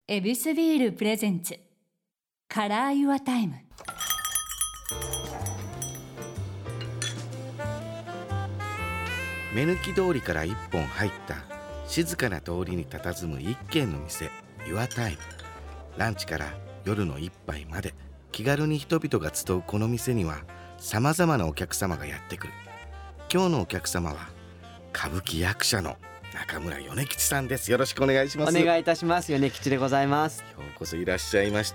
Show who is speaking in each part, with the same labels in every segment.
Speaker 1: エビスビールプレゼンツカラーユアタイム。
Speaker 2: 目抜き通りから一本入った静かな通りに佇む一軒の店、ユアタイム。ランチから夜の一杯まで気軽に人々が集うこの店にはさまざまなお客様がやってくる。今日のお客様は歌舞伎役者の中村米吉さんです。よろしくお願いします。
Speaker 3: お願いいたします。米吉でございます。
Speaker 2: 今日こそいらっしゃいました。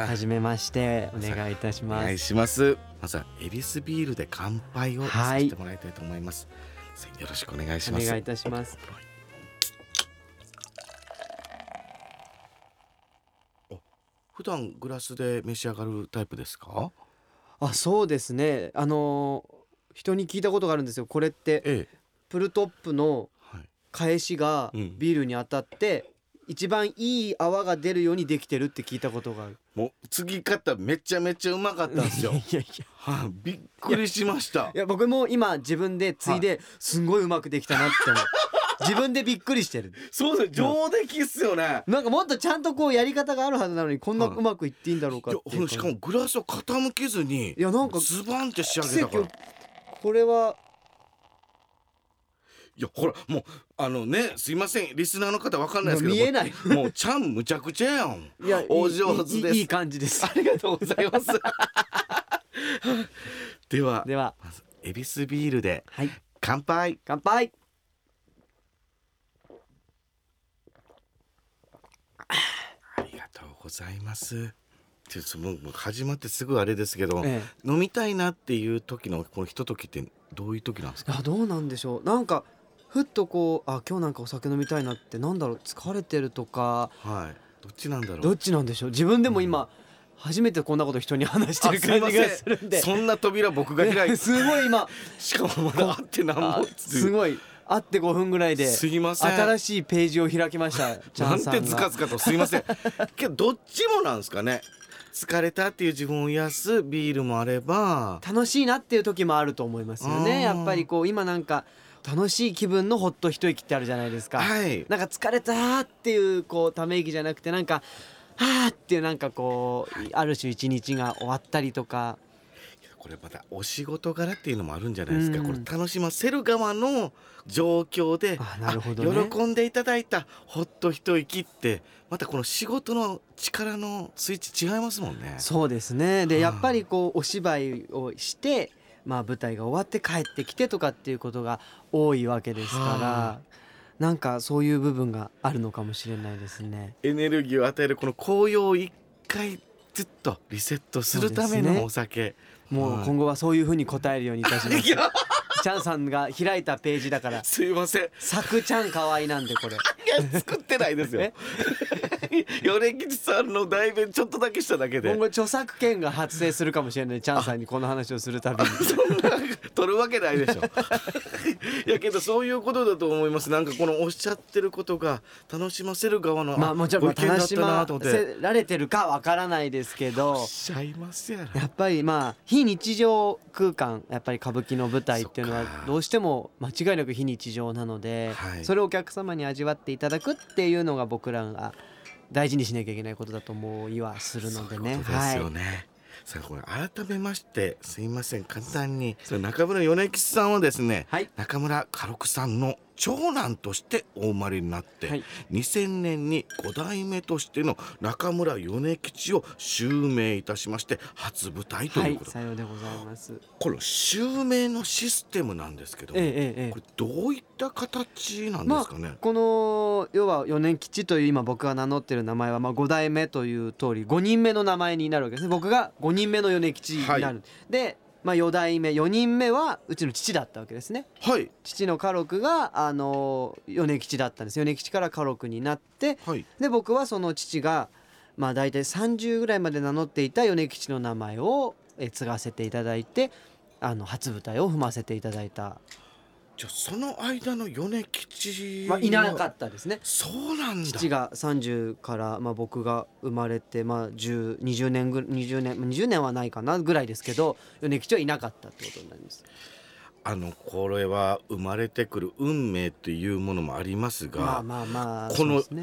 Speaker 3: はじめまして、お願いいたします。
Speaker 2: お願いします。まずはエビスビールで乾杯をさせてもらいたいと思います、よろしくお願いします。
Speaker 3: お願いいたします。
Speaker 2: 普段グラスで召し上がるタイプですか？
Speaker 3: そうですね、人に聞いたことがあるんですよ。これって、プルトップの返しがビールに当たって、一番いい泡が出るようにできてるって聞いたことがある。
Speaker 2: もう継ぎ方めちゃめちゃうまかったんですよ。びっくりしました。
Speaker 3: いや僕も今自分で継いですんごいうまくできたなって思う。自分でびっくりしてる。
Speaker 2: そうです、上出来っすよね。
Speaker 3: なんかもっとちゃんとこうやり方があるはずなのに、こんなうまくいっていいんだろうかっていう。
Speaker 2: しかもグラスを傾けずに、いやなんかズバンって仕上げたから。
Speaker 3: これはい
Speaker 2: やほらもうすいません、リスナーの方わかんないですけど、
Speaker 3: 見えない。
Speaker 2: もうちゃんむちゃくちゃやん。
Speaker 3: いや
Speaker 2: お上手です。
Speaker 3: いい感じです。
Speaker 2: ありがとうございますではまずエビスビールで乾杯。
Speaker 3: 乾杯。
Speaker 2: ありがとうございます。もう始まってすぐあれですけど、飲みたいなっていう時のこのひとときってどういう時なんですか？
Speaker 3: どうなんでしょう。なんかふっとこう今日なんかお酒飲みたいなって、なんだろう、疲れてるとか、
Speaker 2: どっちなんだろう。
Speaker 3: どっちなんでしょう。自分でも今、初めてこんなこと人に話してる感じがするんで。
Speaker 2: そんな扉僕が開いて
Speaker 3: すごい今
Speaker 2: しかもまだ会ってなんぼ
Speaker 3: すごい会って5分ぐらいです
Speaker 2: いません、
Speaker 3: 新しいページを開きました。
Speaker 2: なんてずかずかと。すいませんけどどっちもなんですかね。疲れたっていう自分を癒すビールもあれば、
Speaker 3: 楽しいなっていう時もあると思いますよね。やっぱりこう今なんか楽しい気分のほっと一息ってあるじゃないですか。なんか疲れたっていうこうため息じゃなくて、なんかはーっていう、なんかこうある種一日が終わったりとか。
Speaker 2: これまたお仕事柄っていうのもあるんじゃないですか、これ楽しませる側の状況で、
Speaker 3: なるほどね、
Speaker 2: 喜んでいただいたほっと一息って、またこの仕事の力のスイッチ違いますもんね。
Speaker 3: そうですね。でやっぱりこうお芝居をして、舞台が終わって帰ってきてとかっていうことが多いわけですから、なんかそういう部分があるのかもしれないですね。
Speaker 2: エネルギーを与えるこの紅葉を一回ずっとリセットするためのお酒、
Speaker 3: もう今後はそういう風に答えるようにいたします。チャンさんが開いたページだから。
Speaker 2: すいません、
Speaker 3: さくちゃんかわいなんでこれ。
Speaker 2: いや作ってないですよ米吉さんの代弁ちょっとだけしただけで、
Speaker 3: 今後著作権が発生するかもしれない。チャンさんにこの話をするたびに
Speaker 2: そんな取るわけないでしょいやけどそういうことだと思います。なんかこのおっしゃってることが楽しませる側の
Speaker 3: もちろん
Speaker 2: ご意見だ
Speaker 3: 楽し
Speaker 2: ったな
Speaker 3: ま
Speaker 2: と思って。
Speaker 3: せられてるかわからないですけど、
Speaker 2: おっしゃいますやろ。
Speaker 3: やっぱり非日常空間、やっぱり歌舞伎の舞台っていうのはどうしても間違いなく非日常なので、それをお客様に味わっていただくっていうのが僕らが大事にしなきゃいけないことだと思いはするのでね。
Speaker 2: そういうことですよね。さあこれ改めましてすいません、簡単に中村米吉さんはですね、中村家禄さんの長男としてお生まれになって、2000年に5代目としての中村米吉を襲名いたしまして初舞台ということ、
Speaker 3: さようでございます。
Speaker 2: この襲名のシステムなんですけども、これどういった形なんですかね。
Speaker 3: この要は米吉という今僕が名乗ってる名前は5代目という通り5人目の名前になるわけですね。僕が5人目の米吉になる、で4代目4人目はうちの父だったわけですね。父の家禄が米吉だったんです。米吉から家禄になって、で僕はその父が大体30ぐらいまで名乗っていた米吉の名前を継がせていただいて、初舞台を踏ませていただいた。
Speaker 2: じゃあその間の米吉はい
Speaker 3: なかったですね。
Speaker 2: そうなんだ。
Speaker 3: 父が30から、僕が生まれて、20年はないかなぐらいですけど、米吉はいなかったってことになります。
Speaker 2: これは生まれてくる運命というものもありますが、
Speaker 3: こ
Speaker 2: の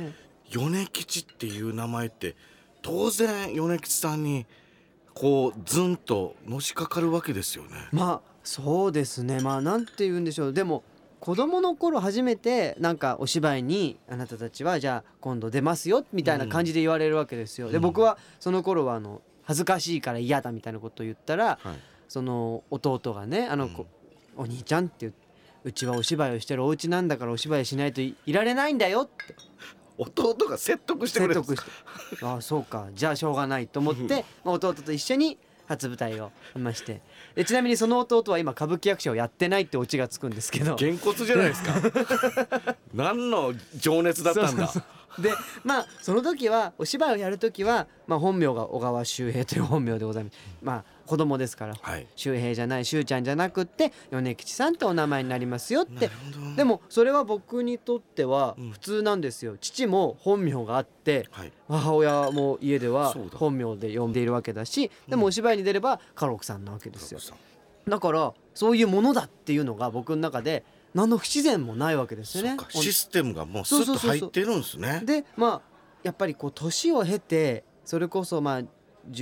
Speaker 2: 米吉っていう名前って当然米吉さんにこうズンとのしかかるわけですよね。
Speaker 3: まあそうですね、まあなんて言うんでしょう。でも子供の頃初めてなんかお芝居にあなたたちはじゃあ今度出ますよみたいな感じで言われるわけですよ。で僕はその頃は恥ずかしいから嫌だみたいなことを言ったら、
Speaker 2: はい、
Speaker 3: その弟がねお兄ちゃんって言って、うちはお芝居をしてるお家なんだからお芝居しないといられないんだよって
Speaker 2: 弟が説得してくれるんですか。
Speaker 3: ああそうか、じゃあしょうがないと思って、まあ、弟と一緒に初舞台を見まして、でちなみにその弟は今歌舞伎役者をやってないってオチがつくんですけど、
Speaker 2: げんこつじゃないですか何の情熱だったんだ。
Speaker 3: そうでまあその時はお芝居をやる時は、まあ、本名が小川秀平という本名でございます。まあ子供ですから、
Speaker 2: はい、
Speaker 3: 秀平じゃない秀ちゃんじゃなくって米吉さんってお名前になりますよって。
Speaker 2: なるほど。
Speaker 3: でもそれは僕にとっては普通なんですよ。父も本名があって、
Speaker 2: はい、
Speaker 3: 母親も家では
Speaker 2: そうだ
Speaker 3: 本名で呼んでいるわけだし、でもお芝居に出れば家禄さんなわけですよ。だからそういうものだっていうのが僕の中で何の不自然もないわけですよね。
Speaker 2: システムがもうスッと入ってるんですね。
Speaker 3: でまあやっぱりこう年を経て、それこそまあ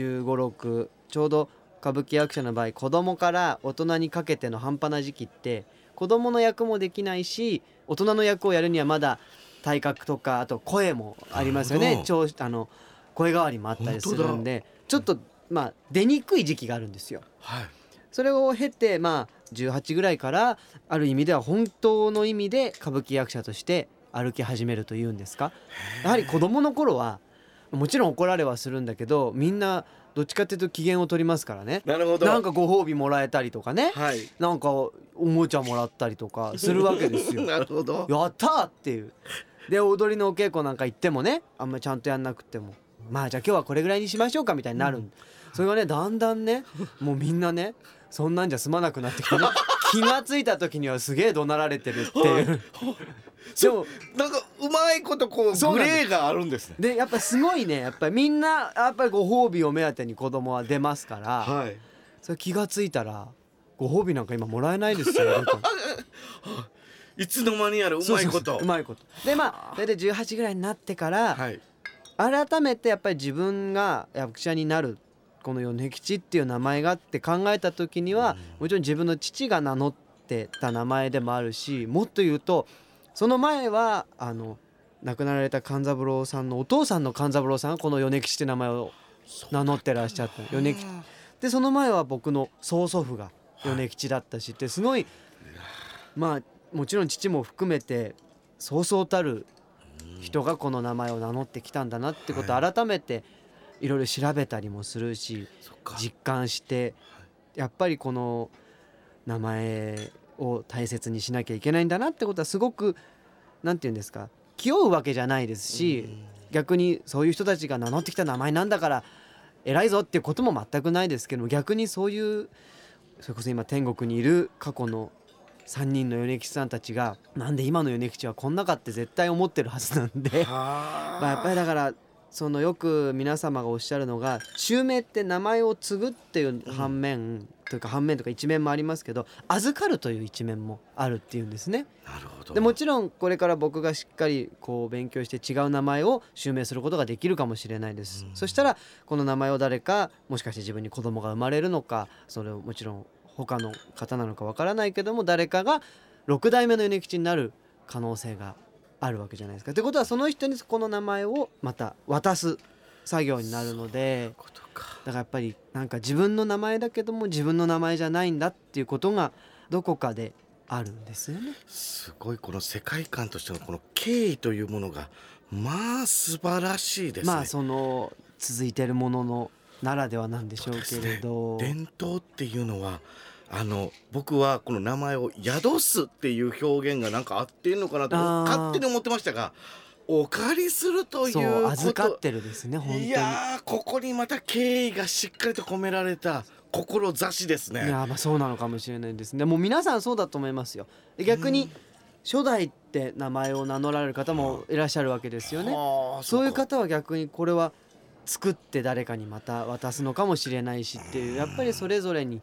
Speaker 3: 15、16、ちょうど歌舞伎役者の場合子供から大人にかけての半端な時期って子供の役もできないし、大人の役をやるにはまだ体格とかあと声もありますよね。声変わりもあったりするんでちょっとまあ出にくい時期があるんですよ。
Speaker 2: はい、
Speaker 3: それを経てまあ18ぐらいからある意味では本当の意味で歌舞伎役者として歩き始めるというんですか。やはり子供の頃はもちろん怒られはするんだけど、みんなどっちかっていうと機嫌を取りますからね。
Speaker 2: なるほど。
Speaker 3: なんかご褒美もらえたりとかね、
Speaker 2: はい、
Speaker 3: なんかおもちゃもらったりとかするわけですよ
Speaker 2: なるほど。
Speaker 3: やったーっていう。で踊りのお稽古なんか行ってもね、あんまりちゃんとやんなくてもまあじゃあ今日はこれぐらいにしましょうかみたいになる、それがねだんだんねもうみんなねそんなんじゃ済まなくなってきてね気がついた時にはすげえ怒鳴られてるっていうでも
Speaker 2: なんかうまいことこうグレーがあるんですね。
Speaker 3: でやっぱすごいね、やっぱりみんなやっぱりご褒美を目当てに子供は出ますから、
Speaker 2: はい、
Speaker 3: それ気がついたらご褒美なんか今もらえないですよ
Speaker 2: いつの間にやるうまいこと。
Speaker 3: うまいことでまあそれで18ぐらいになってから、
Speaker 2: はい、
Speaker 3: 改めてやっぱり自分が役者になるこの米吉っていう名前がって考えた時には、もちろん自分の父が名乗ってた名前でもあるし、もっと言うとその前は亡くなられた勘三郎さんのお父さんの勘三郎さんがこの米吉って名前を名乗ってらっしゃった米吉で、その前は僕の曽祖父が米吉だったしってすごい、まあもちろん父も含めてそうそうたる人がこの名前を名乗ってきたんだなってことを改めていろいろ調べたりもするし、実感してやっぱりこの名前を大切にしなきゃいけないんだなってことはすごくなんて言うんですか、気負うわけじゃないですし、逆にそういう人たちが名乗ってきた名前なんだから偉いぞっていうことも全くないですけども、逆にそういうそれこそ今天国にいる過去の3人の米吉さんたちがなんで今の米吉はこんなかって絶対思ってるはずなんでまあやっぱりだからそのよく皆様がおっしゃるのが襲名って名前を継ぐっていう反面、というか反面とか一面もありますけど、預かるという一面もあるっていうんですね。
Speaker 2: なるほど。
Speaker 3: でもちろんこれから僕がしっかりこう勉強して違う名前を襲名することができるかもしれないです、そしたらこの名前を誰かもしかして自分に子供が生まれるのか、それをもちろん他の方なのかわからないけども誰かが6代目の米吉になる可能性があるわけじゃないですか。ってことはその人にこの名前をまた渡す作業になるので、だからやっぱりなんか自分の名前だけども自分の名前じゃないんだっていうことがどこかであるんですよね。
Speaker 2: すごいこの世界観としてのこの敬意というものがまあ素晴らしいですね。
Speaker 3: まあその続いてるもののならではなんでしょうけれど、
Speaker 2: 伝統っていうのは僕はこの名前を宿すっていう表現がなんか合ってるのかなと勝手に思ってましたが、お借りするということ、
Speaker 3: そう預かってるですね本当に。
Speaker 2: いやここにまた敬意がしっかりと込められた志ですね。
Speaker 3: いやまあそうなのかもしれないですね。もう皆さんそうだと思いますよ。逆に初代って名前を名乗られる方もいらっしゃるわけですよね。そういう方は逆にこれは作って誰かにまた渡すのかもしれないしっていう、やっぱりそれぞれに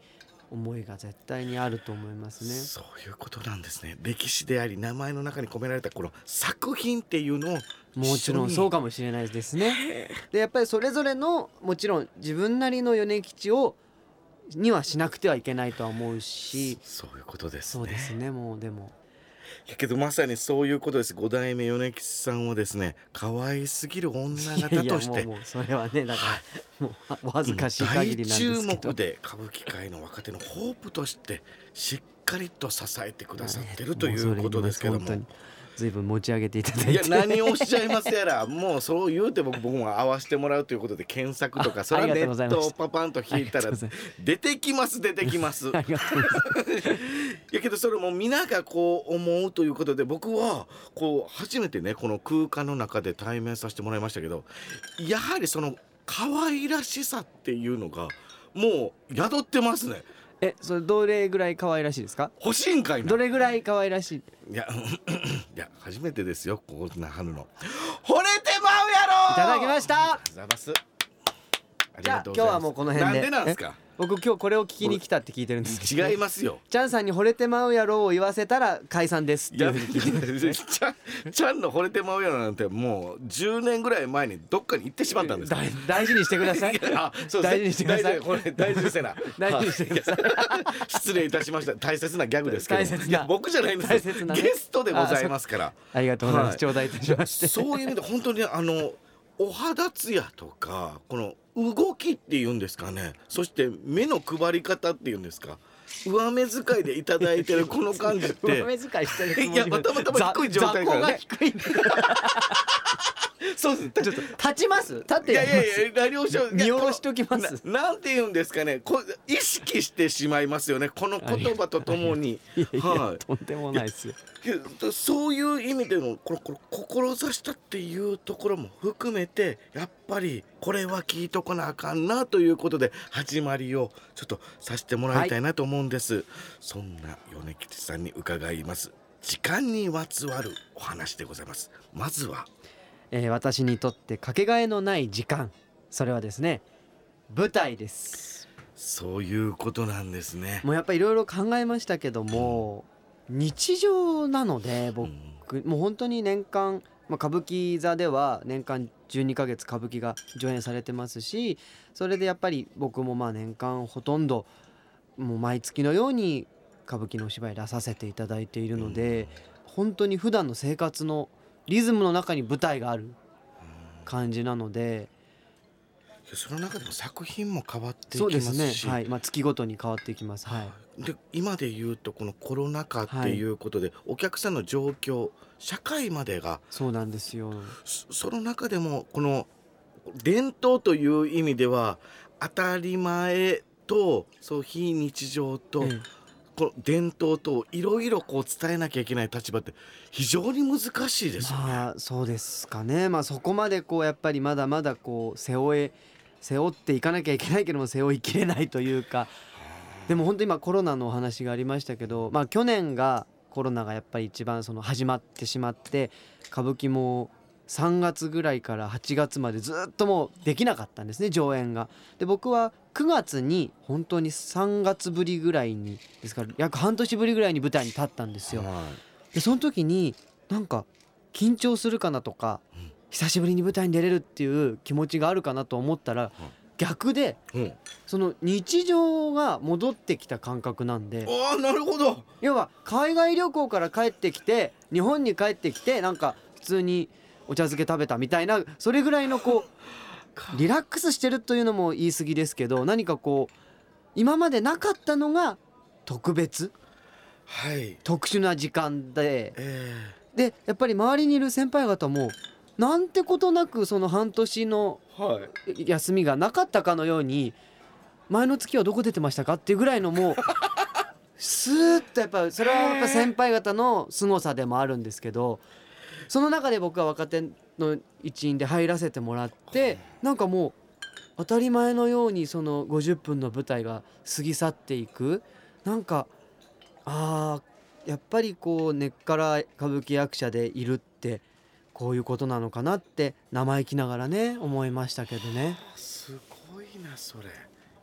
Speaker 3: 思いが絶対にあると思いますね。
Speaker 2: そういうことなんですね。歴史であり名前の中に込められたこの作品っていうのを
Speaker 3: もちろんそうかもしれないですね。でやっぱりそれぞれのもちろん自分なりの米吉にはしなくてはいけないとは思うし、
Speaker 2: そういうことですね。
Speaker 3: そうですね。もうでも
Speaker 2: けどまさにそういうことです。5代目米吉さんはですね、可愛すぎる女方として
Speaker 3: もうそれはねだからもうお恥ずかしい限りなんですけど、
Speaker 2: 大注目で歌舞伎界の若手のホープとしてしっかりと支えてくださってるということですけども、
Speaker 3: ずいぶん持ち上げていただいて、
Speaker 2: いや何をおっしゃいますやらもうそう言うて僕も合わせてもらうということで検索とかそれはネットをパパンと引いたら出てきます
Speaker 3: ありがとうございます。
Speaker 2: いやけどそれも皆がこう思うということで、僕はこう初めてねこの空間の中で対面させてもらいましたけど、やはりその可愛らしさっていうのがもう宿ってますね。
Speaker 3: それどれぐらい可愛らしいですか？
Speaker 2: 欲しいんかいな。
Speaker 3: どれぐらい可愛らしい？
Speaker 2: いや初めてですよこんな春の惚れてまうやろ。
Speaker 3: いただきました。
Speaker 2: ありがとうございます。
Speaker 3: じゃあ今日はもうこの辺で。
Speaker 2: なんでなんですか？
Speaker 3: 僕今日これを聞きに来たって聞いてるんですけど、
Speaker 2: 違いますよ。
Speaker 3: チャンさんに惚れてまうやろを言わせたら解散ですっていうふうに聞いてるんですね。
Speaker 2: ちゃんの惚れてまうやろなんてもう10年ぐらい前にどっかに行ってしまったんです。
Speaker 3: 大事にしてください。
Speaker 2: あ、そうですね、
Speaker 3: 大事にしてください。
Speaker 2: これ大事にせな。
Speaker 3: 大事にしてください。
Speaker 2: 失礼いたしました。大切なギャグですけど。
Speaker 3: 大切な、
Speaker 2: いや僕じゃないんですよ。
Speaker 3: 大切なね、
Speaker 2: ゲストでございますから。
Speaker 3: ありがとうございます。頂戴いたしまして。
Speaker 2: そういう意味で本当にお肌ツヤとかこの動きっていうんですかね、そして目の配り方っていうんですか、上目遣いでいただいてるこの感じって
Speaker 3: 上目遣いしてるつもり
Speaker 2: いやたまたま低い状態からね。
Speaker 3: 座高が低いそうです。ちょっと立ちます。立ってやります。
Speaker 2: いや何をおっしゃる。
Speaker 3: 見下ろしときます。
Speaker 2: なんて言うんですかね、意識してしまいますよねこの言葉とともに。
Speaker 3: はい。とんでもないですよ。
Speaker 2: そういう意味でのこの志したっていうところも含めてやっぱりこれは聞いとかなあかんなということで始まりをちょっとさせてもらいたいなと思うんです、はい、そんな米吉さんに伺います時間にまつわるお話でございます。まずは、
Speaker 3: 私にとってかけがえのない時間、それはですね舞台です。
Speaker 2: そういうことなんですね。
Speaker 3: もうやっぱりいろいろ考えましたけども、日常なので僕、もう本当に年間、歌舞伎座では年間12ヶ月歌舞伎が上演されてますし、それでやっぱり僕も年間ほとんどもう毎月のように歌舞伎のお芝居出させていただいているので、本当に普段の生活のリズムの中に舞台がある感じなので、
Speaker 2: その中でも作品も変わっていき
Speaker 3: そう
Speaker 2: ますし、
Speaker 3: ですね、はい、月ごとに変わっていきます、はい、
Speaker 2: で今で言うとこのコロナ禍っていうことで、お客さんの状況社会までが
Speaker 3: そうなんですよ。
Speaker 2: その中でもこの伝統という意味では当たり前とそう非日常と、この伝統といろいろこう伝えなきゃいけない立場って非常に難しいですよね。
Speaker 3: そうですかね。そこまでこうやっぱりまだまだこう背負っていかなきゃいけないけども背負いきれないというか、でも本当今コロナのお話がありましたけど、去年がコロナがやっぱり一番始まってしまって、歌舞伎も3月ぐらいから8月までずっともうできなかったんですね、上演が。で僕は9月に本当に3月ぶりぐらいにですから約半年ぶりぐらいに舞台に立ったんですよ。でその時になんか緊張するかなとか、久しぶりに舞台に出れるっていう気持ちがあるかなと思ったら、逆で、その日常が戻ってきた感覚なんで。
Speaker 2: なるほど。
Speaker 3: 要は海外旅行から帰ってきて日本に帰ってきてなんか普通にお茶漬け食べたみたいな、それぐらいのリラックスしてるというのも言い過ぎですけど、何か今までなかったのが特別、特殊な時間で、でやっぱり周りにいる先輩方もなんてことなくその半年の休みがなかったかのように、前の月はどこ出てましたかっていうぐらいのもうスーッとやっぱそれはやっぱ先輩方の凄さでもあるんですけど、その中で僕は若手の一員で入らせてもらって、なんかもう当たり前のようにその50分の舞台が過ぎ去っていく、なんかやっぱり根っから歌舞伎役者でいるってこういうことなのかなって生意気ながらね思いましたけどね。
Speaker 2: すごいなそれ。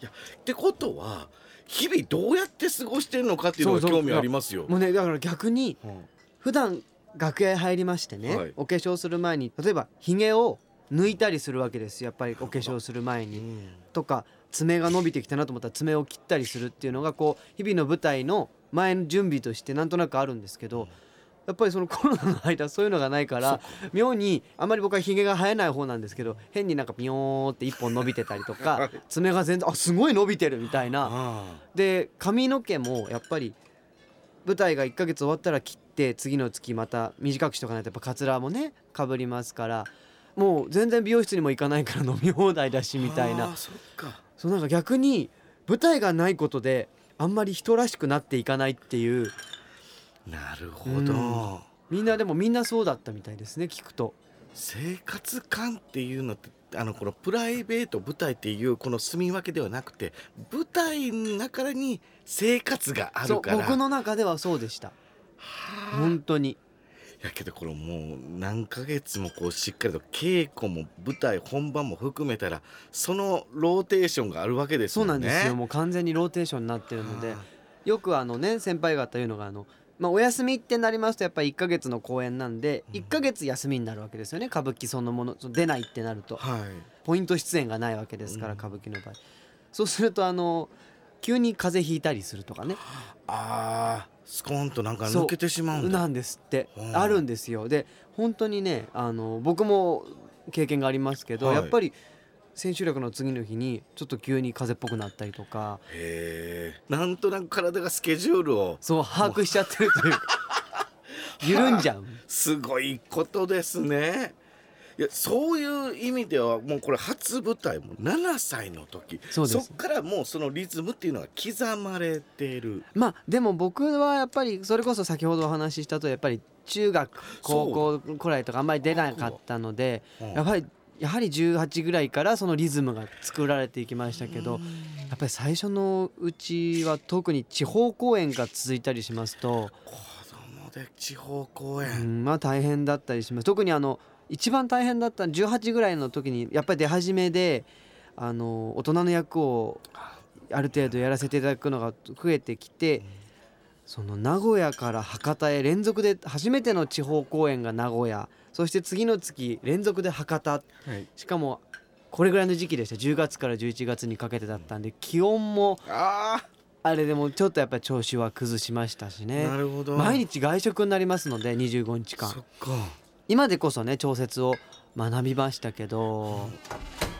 Speaker 2: いやってことは日々どうやって過ごしてるのかっていうのが興味ありますよ。
Speaker 3: もうねだから逆に
Speaker 2: うん
Speaker 3: 普段楽屋へ入りましてね、
Speaker 2: はい、
Speaker 3: お化粧する前に例えばひげを抜いたりするわけですやっぱりお化粧する前に、とか爪が伸びてきたなと思ったら爪を切ったりするっていうのがこう日々の舞台の前の準備としてなんとなくあるんですけど、やっぱりそのコロナの間そういうのがないから妙にあんまり僕はひげが生えない方なんですけど変になんかピヨーンって一本伸びてたりとか爪が全然すごい伸びてるみたいな。で髪の毛もやっぱり舞台が1ヶ月終わったら切って次の月また短くしとかないとやっぱカツラもねかぶりますからもう全然美容室にも行かないから飲み放題だしみたいな。
Speaker 2: そっか。
Speaker 3: そうなんか逆に舞台がないことであんまり人らしくなっていかないっていう。
Speaker 2: なるほど、
Speaker 3: みんなそうだったみたいですね聞くと。
Speaker 2: 生活感っていうのってこのプライベート舞台っていうこの住み分けではなくて舞台の中に生活があるから。
Speaker 3: そう僕の中ではそうでした。本当に。
Speaker 2: やけどこれもう何ヶ月もこうしっかりと稽古も舞台本番も含めたらそのローテーションがあるわけです
Speaker 3: そ
Speaker 2: よね。
Speaker 3: うなんですよ。もう完全にローテーションになってるのでよく先輩方言うのがお休みってなりますとやっぱり1ヶ月の公演なんで1ヶ月休みになるわけですよね歌舞伎そのもの出ないってなると、ポイント出演がないわけですから、歌舞伎の場合そうすると急に風邪ひいたりするとかね
Speaker 2: スコーンとなんか抜けてしまうんだ
Speaker 3: なんですってあるんですよ。で本当にね僕も経験がありますけど、やっぱり千秋楽の次の日にちょっと急に風邪っぽくなったりとか
Speaker 2: なんとなく体がスケジュールを
Speaker 3: そう把握しちゃってるというか緩んじゃう
Speaker 2: すごいことですね。いやそういう意味ではもうこれ初舞台も7歳の時 そっからもうそのリズムっていうのは刻まれている。
Speaker 3: でも僕はやっぱりそれこそ先ほどお話ししたとやっぱり中学高校くらいとかあんまり出なかったのでやはり18ぐらいからそのリズムが作られていきましたけどやっぱり最初のうちは特に地方公演が続いたりしますと
Speaker 2: 子供で地方公演、
Speaker 3: 大変だったりします。特に一番大変だったの18ぐらいの時にやっぱり出始めで大人の役をある程度やらせていただくのが増えてきてその名古屋から博多へ連続で初めての地方公演が名古屋そして次の月連続で博多、しかもこれぐらいの時期でした10月から11月にかけてだったんで気温もあれでもちょっとやっぱり調子は崩しましたしね。
Speaker 2: なるほど。
Speaker 3: 毎日外食になりますので25日間
Speaker 2: そっか。
Speaker 3: 今でこそね調節を学びましたけど